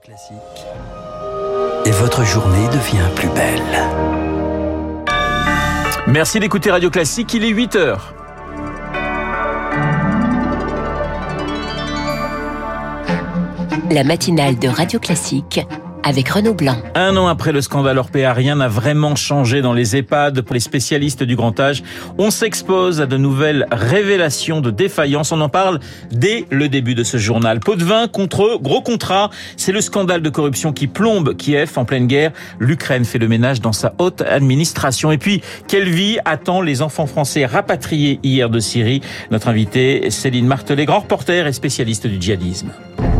Classique. Et votre journée devient plus belle. Merci d'écouter Radio Classique, il est 8h. La matinale de Radio Classique avec Renaud Blanc. Un an après le scandale Orpea, rien n'a vraiment changé dans les EHPAD. Pour les spécialistes du grand âge, on s'expose à de nouvelles révélations de défaillance. On en parle dès le début de ce journal. Pot de vin contre gros contrat. C'est le scandale de corruption qui plombe Kiev en pleine guerre. L'Ukraine fait le ménage dans sa haute administration. Et puis, quelle vie attend les enfants français rapatriés hier de Syrie? Notre invitée, Céline Martelet, grand reporter et spécialiste du djihadisme.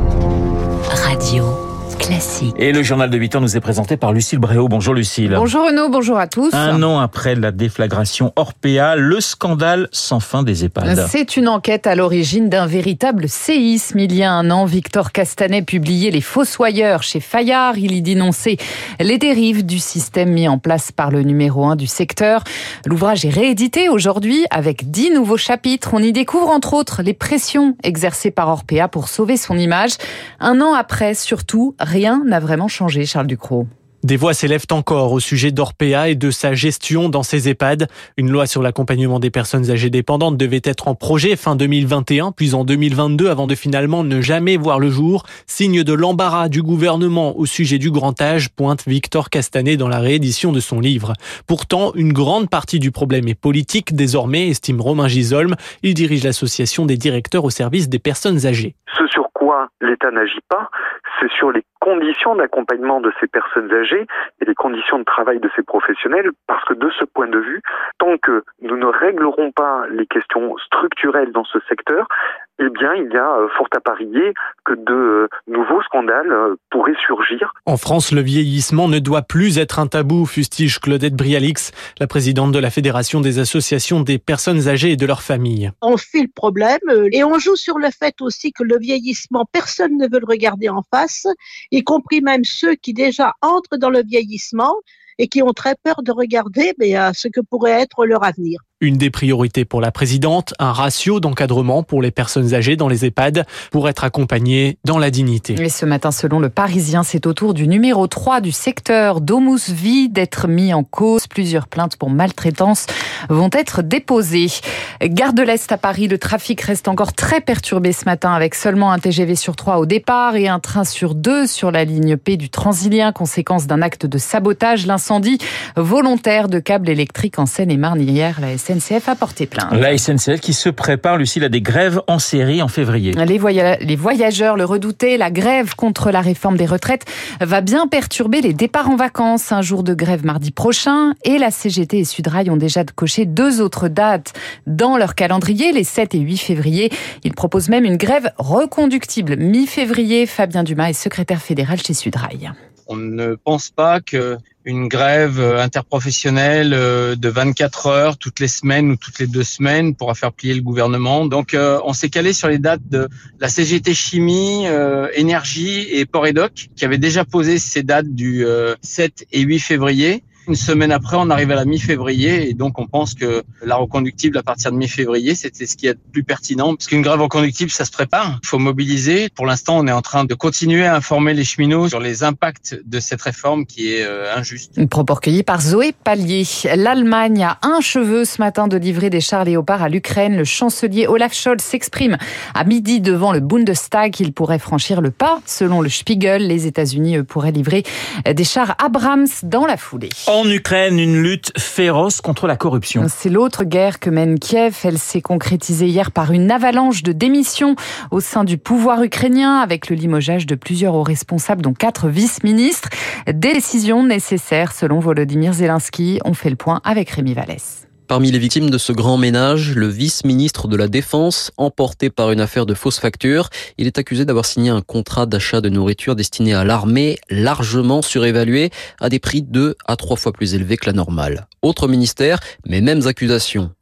Radio Classique. Et le journal de 8h nous est présenté par Lucille Bréau. Bonjour Lucille. Bonjour Renaud, bonjour à tous. Un an après la déflagration Orpea, le scandale sans fin des EHPAD. C'est une enquête à l'origine d'un véritable séisme. Il y a un an, Victor Castanet publiait Les Fossoyeurs chez Fayard. Il y dénonçait les dérives du système mis en place par le numéro 1 du secteur. L'ouvrage est réédité aujourd'hui avec 10 nouveaux chapitres. On y découvre entre autres les pressions exercées par Orpea pour sauver son image. Un an après, surtout, rien n'a vraiment changé, Charles Ducrot. Des voix s'élèvent encore au sujet d'Orpea et de sa gestion dans ces EHPAD. Une loi sur l'accompagnement des personnes âgées dépendantes devait être en projet fin 2021, puis en 2022, avant de finalement ne jamais voir le jour. Signe de l'embarras du gouvernement au sujet du grand âge, pointe Victor Castanet dans la réédition de son livre. Pourtant, une grande partie du problème est politique désormais, estime Romain Gisolme. Il dirige l'association des directeurs au service des personnes âgées. Ce sur quoi l'État n'agit pas, c'est sur les conditions d'accompagnement de ces personnes âgées et les conditions de travail de ces professionnels, parce que de ce point de vue, tant que nous ne réglerons pas les questions structurelles dans ce secteur, eh bien, il y a fort à parier que de nouveaux scandales pourraient surgir. En France, le vieillissement ne doit plus être un tabou, fustige Claudette Brialix, la présidente de la Fédération des associations des personnes âgées et de leurs familles. On fuit le problème et on joue sur le fait aussi que le vieillissement, personne ne veut le regarder en face, y compris même ceux qui déjà entrent dans le vieillissement et qui ont très peur de regarder ce que pourrait être leur avenir. Une des priorités pour la présidente, un ratio d'encadrement pour les personnes âgées dans les EHPAD pour être accompagnées dans la dignité. Et ce matin, selon le Parisien, c'est au tour du numéro 3 du secteur Domus Vie d'être mis en cause. Plusieurs plaintes pour maltraitance vont être déposées. Gare de l'Est à Paris, le trafic reste encore très perturbé ce matin avec seulement un TGV sur 3 au départ et un train sur 2 sur la ligne P du Transilien, conséquence d'un acte de sabotage, l'incendie volontaire de câbles électriques en Seine-et-Marne hier. La SNCF a porté plainte. La SNCF qui se prépare, Lucille, à des grèves en série en février. Les voyageurs le redoutaient. La grève contre la réforme des retraites va bien perturber les départs en vacances. Un jour de grève mardi prochain et la CGT et Sudrail ont déjà coché 2 autres dates dans leur calendrier, les 7 et 8 février. Ils proposent même une grève reconductible mi-février. Fabien Dumas est secrétaire fédéral chez Sudrail. On ne pense pas qu'une grève interprofessionnelle de 24 heures toutes les semaines ou toutes les 2 semaines pourra faire plier le gouvernement. Donc on s'est calé sur les dates de la CGT Chimie, Énergie et Port et Doc qui avaient déjà posé ces dates du 7 et 8 février. Une semaine après, on arrive à la mi-février et donc on pense que la reconductible à partir de mi-février, c'était ce qui est le plus pertinent. Parce qu'une grève reconductible, ça se prépare. Il faut mobiliser. Pour l'instant, on est en train de continuer à informer les cheminots sur les impacts de cette réforme qui est injuste. Une propos recueillie par Zoé Pallier. L'Allemagne a un cheveu ce matin de livrer des chars Léopard à l'Ukraine. Le chancelier Olaf Scholz s'exprime à midi devant le Bundestag. Il pourrait franchir le pas. Selon le Spiegel, les États-Unis pourraient livrer des chars Abrams dans la foulée. En Ukraine, une lutte féroce contre la corruption. C'est l'autre guerre que mène Kiev. Elle s'est concrétisée hier par une avalanche de démissions au sein du pouvoir ukrainien, avec le limogeage de plusieurs hauts responsables, dont 4 vice-ministres. Des décisions nécessaires, selon Volodymyr Zelensky. On fait le point avec Rémi Vallès. Parmi les victimes de ce grand ménage, le vice-ministre de la Défense, emporté par une affaire de fausses factures. Il est accusé d'avoir signé un contrat d'achat de nourriture destiné à l'armée, largement surévalué, à des prix 2 à 3 fois plus élevés que la normale. Autre ministère, mais mêmes accusations.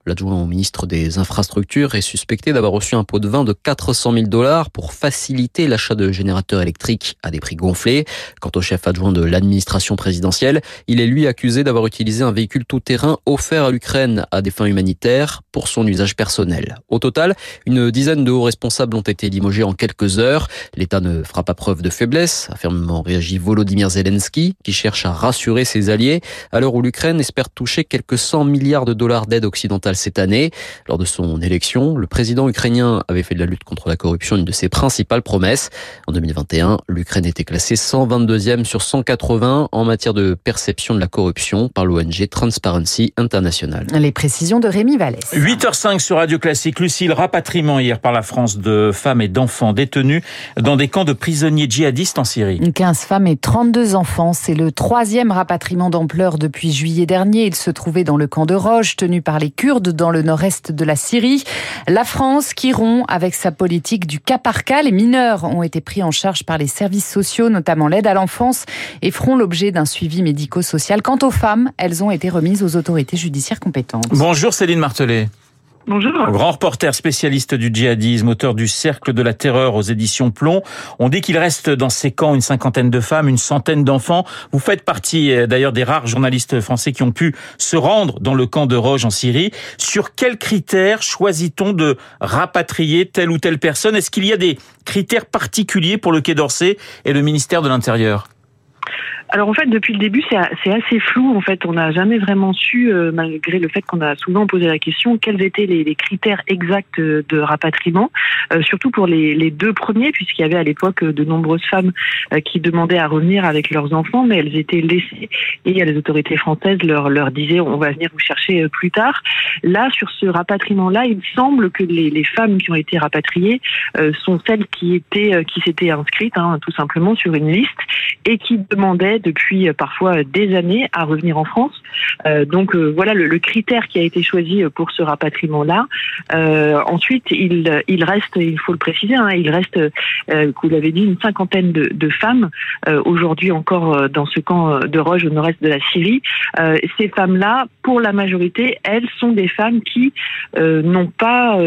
L'adjoint au ministre des Infrastructures est suspecté d'avoir reçu un pot de vin de $400 000 pour faciliter l'achat de générateurs électriques à des prix gonflés. Quant au chef adjoint de l'administration présidentielle, il est lui accusé d'avoir utilisé un véhicule tout-terrain offert à l'Ukraine à des fins humanitaires pour son usage personnel. Au total, une dizaine de hauts responsables ont été limogés en quelques heures. L'État ne fera pas preuve de faiblesse, a fermement réagi Volodymyr Zelensky, qui cherche à rassurer ses alliés à l'heure où l'Ukraine espère toucher quelques 100 milliards de dollars d'aide occidentale cette année. Lors de son élection, le président ukrainien avait fait de la lutte contre la corruption une de ses principales promesses. En 2021, l'Ukraine était classée 122e sur 180 en matière de perception de la corruption par l'ONG Transparency International. Les précisions de Rémi Vallès. 8h05 sur Radio Classique. Lucille, rapatriement hier par la France de femmes et d'enfants détenus dans des camps de prisonniers djihadistes en Syrie. 15 femmes et 32 enfants. C'est le 3e rapatriement d'ampleur depuis juillet dernier. Ils se trouvaient dans le camp de Roj, tenu par les Kurdes dans le nord-est de la Syrie. La France qui rompt avec sa politique du cas par cas. Les mineurs ont été pris en charge par les services sociaux, notamment l'aide à l'enfance, et feront l'objet d'un suivi médico-social. Quant aux femmes, elles ont été remises aux autorités judiciaires compétentes. Bonjour Céline Martelet. Bonjour. Grand reporter spécialiste du djihadisme, auteur du Cercle de la Terreur aux éditions Plomb. On dit qu'il reste dans ces camps une cinquantaine de femmes, une centaine d'enfants. Vous faites partie d'ailleurs des rares journalistes français qui ont pu se rendre dans le camp de Roj en Syrie. Sur quels critères choisit-on de rapatrier telle ou telle personne ? Est-ce qu'il y a des critères particuliers pour le Quai d'Orsay et le ministère de l'Intérieur ? Alors en fait, depuis le début, c'est assez flou. En fait, on n'a jamais vraiment su, malgré le fait qu'on a souvent posé la question, quels étaient les critères exacts de rapatriement. Surtout pour les deux premiers, puisqu'il y avait à l'époque de nombreuses femmes qui demandaient à revenir avec leurs enfants, mais elles étaient laissées et les autorités françaises leur disaient on va venir vous chercher plus tard. Là, sur ce rapatriement-là, il semble que les femmes qui ont été rapatriées sont celles qui s'étaient inscrites, tout simplement sur une liste et qui demandaient depuis parfois des années à revenir en France. Donc voilà le critère qui a été choisi pour ce rapatriement-là. Ensuite, il reste, il faut le préciser, il reste, vous l'avez dit, une cinquantaine de femmes aujourd'hui encore dans ce camp de Roj au nord-est de la Syrie. Ces femmes-là, pour la majorité, elles sont des femmes qui n'ont pas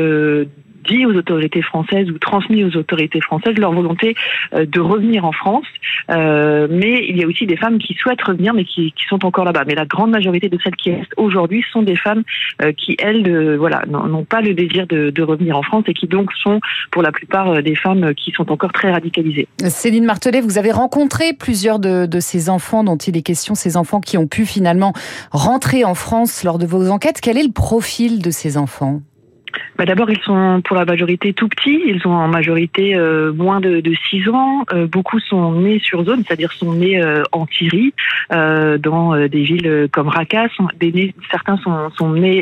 dit aux autorités françaises ou transmis aux autorités françaises leur volonté de revenir en France. Mais il y a aussi des femmes qui souhaitent revenir mais qui sont encore là-bas. Mais la grande majorité de celles qui restent aujourd'hui sont des femmes qui, elles, n'ont pas le désir de revenir en France et qui donc sont pour la plupart des femmes qui sont encore très radicalisées. Céline Martelet, vous avez rencontré plusieurs de ces enfants dont il est question, ces enfants qui ont pu finalement rentrer en France lors de vos enquêtes. Quel est le profil de ces enfants ? D'abord, ils sont pour la majorité tout petits. Ils ont en majorité moins de 6 ans. Beaucoup sont nés sur zone, c'est-à-dire sont nés en Syrie, dans des villes comme Raqqa. Certains sont nés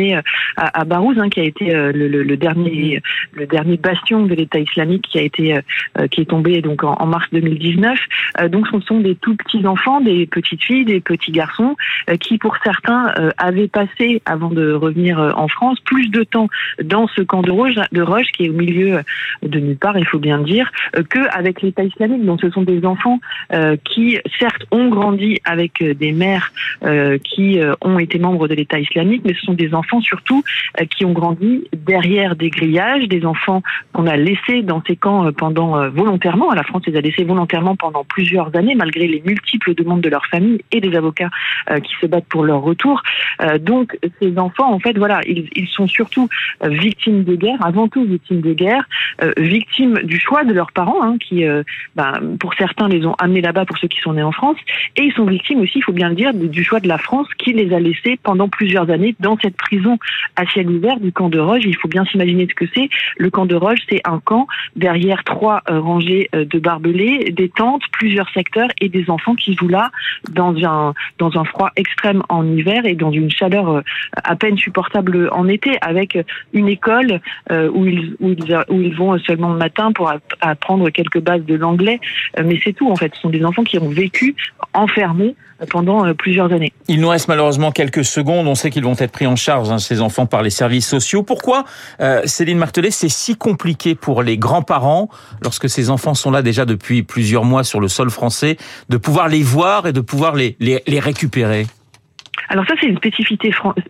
à Barouz, qui a été le dernier bastion de l'État islamique qui est tombé donc en mars 2019. Donc, ce sont des tout petits enfants, des petites filles, des petits garçons qui, pour certains, avaient passé avant de revenir en France plus de temps dans ce camp de Roj qui est au milieu de nulle part, il faut bien le dire, qu'avec l'État islamique. Donc ce sont des enfants qui, certes, ont grandi avec des mères qui ont été membres de l'État islamique, mais ce sont des enfants surtout qui ont grandi derrière des grillages, des enfants qu'on a laissés dans ces camps volontairement. La France les a laissés volontairement pendant plusieurs années, malgré les multiples demandes de leur famille et des avocats qui se battent pour leur retour. Donc ces enfants, en fait, voilà, ils sont surtout victimes de guerre, avant tout victimes de guerre, victimes du choix de leurs parents, qui, pour certains, les ont amenés là-bas pour ceux qui sont nés en France, et ils sont victimes aussi, il faut bien le dire, du choix de la France qui les a laissés pendant plusieurs années dans cette prison à ciel ouvert du camp de Roj. Il faut bien s'imaginer ce que c'est. Le camp de Roj, c'est un camp derrière 3 rangées de barbelés, des tentes, plusieurs secteurs et des enfants qui jouent là dans un froid extrême en hiver et dans une chaleur à peine supportable en été, avec une école où ils vont seulement le matin pour apprendre quelques bases de l'anglais, mais c'est tout en fait. Ce sont des enfants qui ont vécu enfermés pendant plusieurs années. Il nous reste malheureusement quelques secondes. On sait qu'ils vont être pris en charge, ces enfants, par les services sociaux. Pourquoi, Céline Martelet, c'est si compliqué pour les grands-parents, lorsque ces enfants sont là déjà depuis plusieurs mois sur le sol français, de pouvoir les voir et de pouvoir les récupérer ? Alors ça, c'est une spécificité française.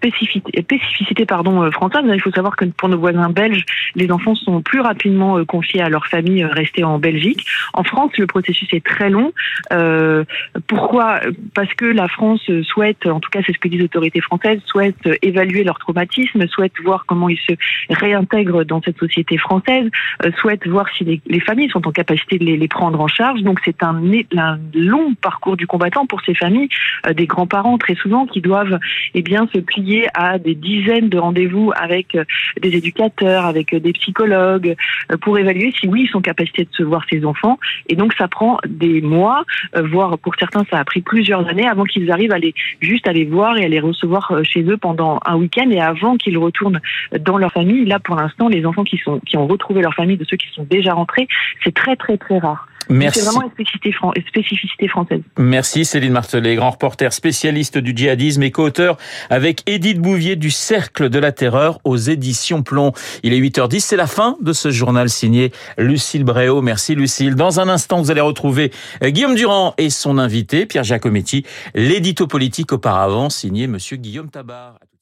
Il faut savoir que pour nos voisins belges, les enfants sont plus rapidement confiés à leur famille restée en Belgique. En France, le processus est très long. Pourquoi ? Parce que la France souhaite, en tout cas c'est ce que disent les autorités françaises, souhaite évaluer leur traumatisme, souhaite voir comment ils se réintègrent dans cette société française, souhaite voir si les familles sont en capacité de les prendre en charge. Donc c'est un long parcours du combattant pour ces familles, des grands-parents très souvent qui doivent se plier à des dizaines de rendez-vous avec des éducateurs, avec des psychologues, pour évaluer si oui, ils sont en capacité de se voir ces enfants. Et donc ça prend des mois, voire pour certains ça a pris plusieurs années avant qu'ils arrivent à les voir et à les recevoir chez eux pendant un week-end et avant qu'ils retournent dans leur famille. Là pour l'instant, les enfants qui ont retrouvé leur famille, de ceux qui sont déjà rentrés, c'est très très très rare. Merci. C'est vraiment une spécificité française. Merci Céline Martelet, grand reporter spécialiste du djihadisme et co-auteur avec Édith Bouvier du Cercle de la Terreur aux éditions Plomb. Il est 8h10, c'est la fin de ce journal signé Lucille Bréau. Merci Lucille. Dans un instant, vous allez retrouver Guillaume Durand et son invité, Pierre Giacometti, l'édito politique auparavant signé Monsieur Guillaume Tabar.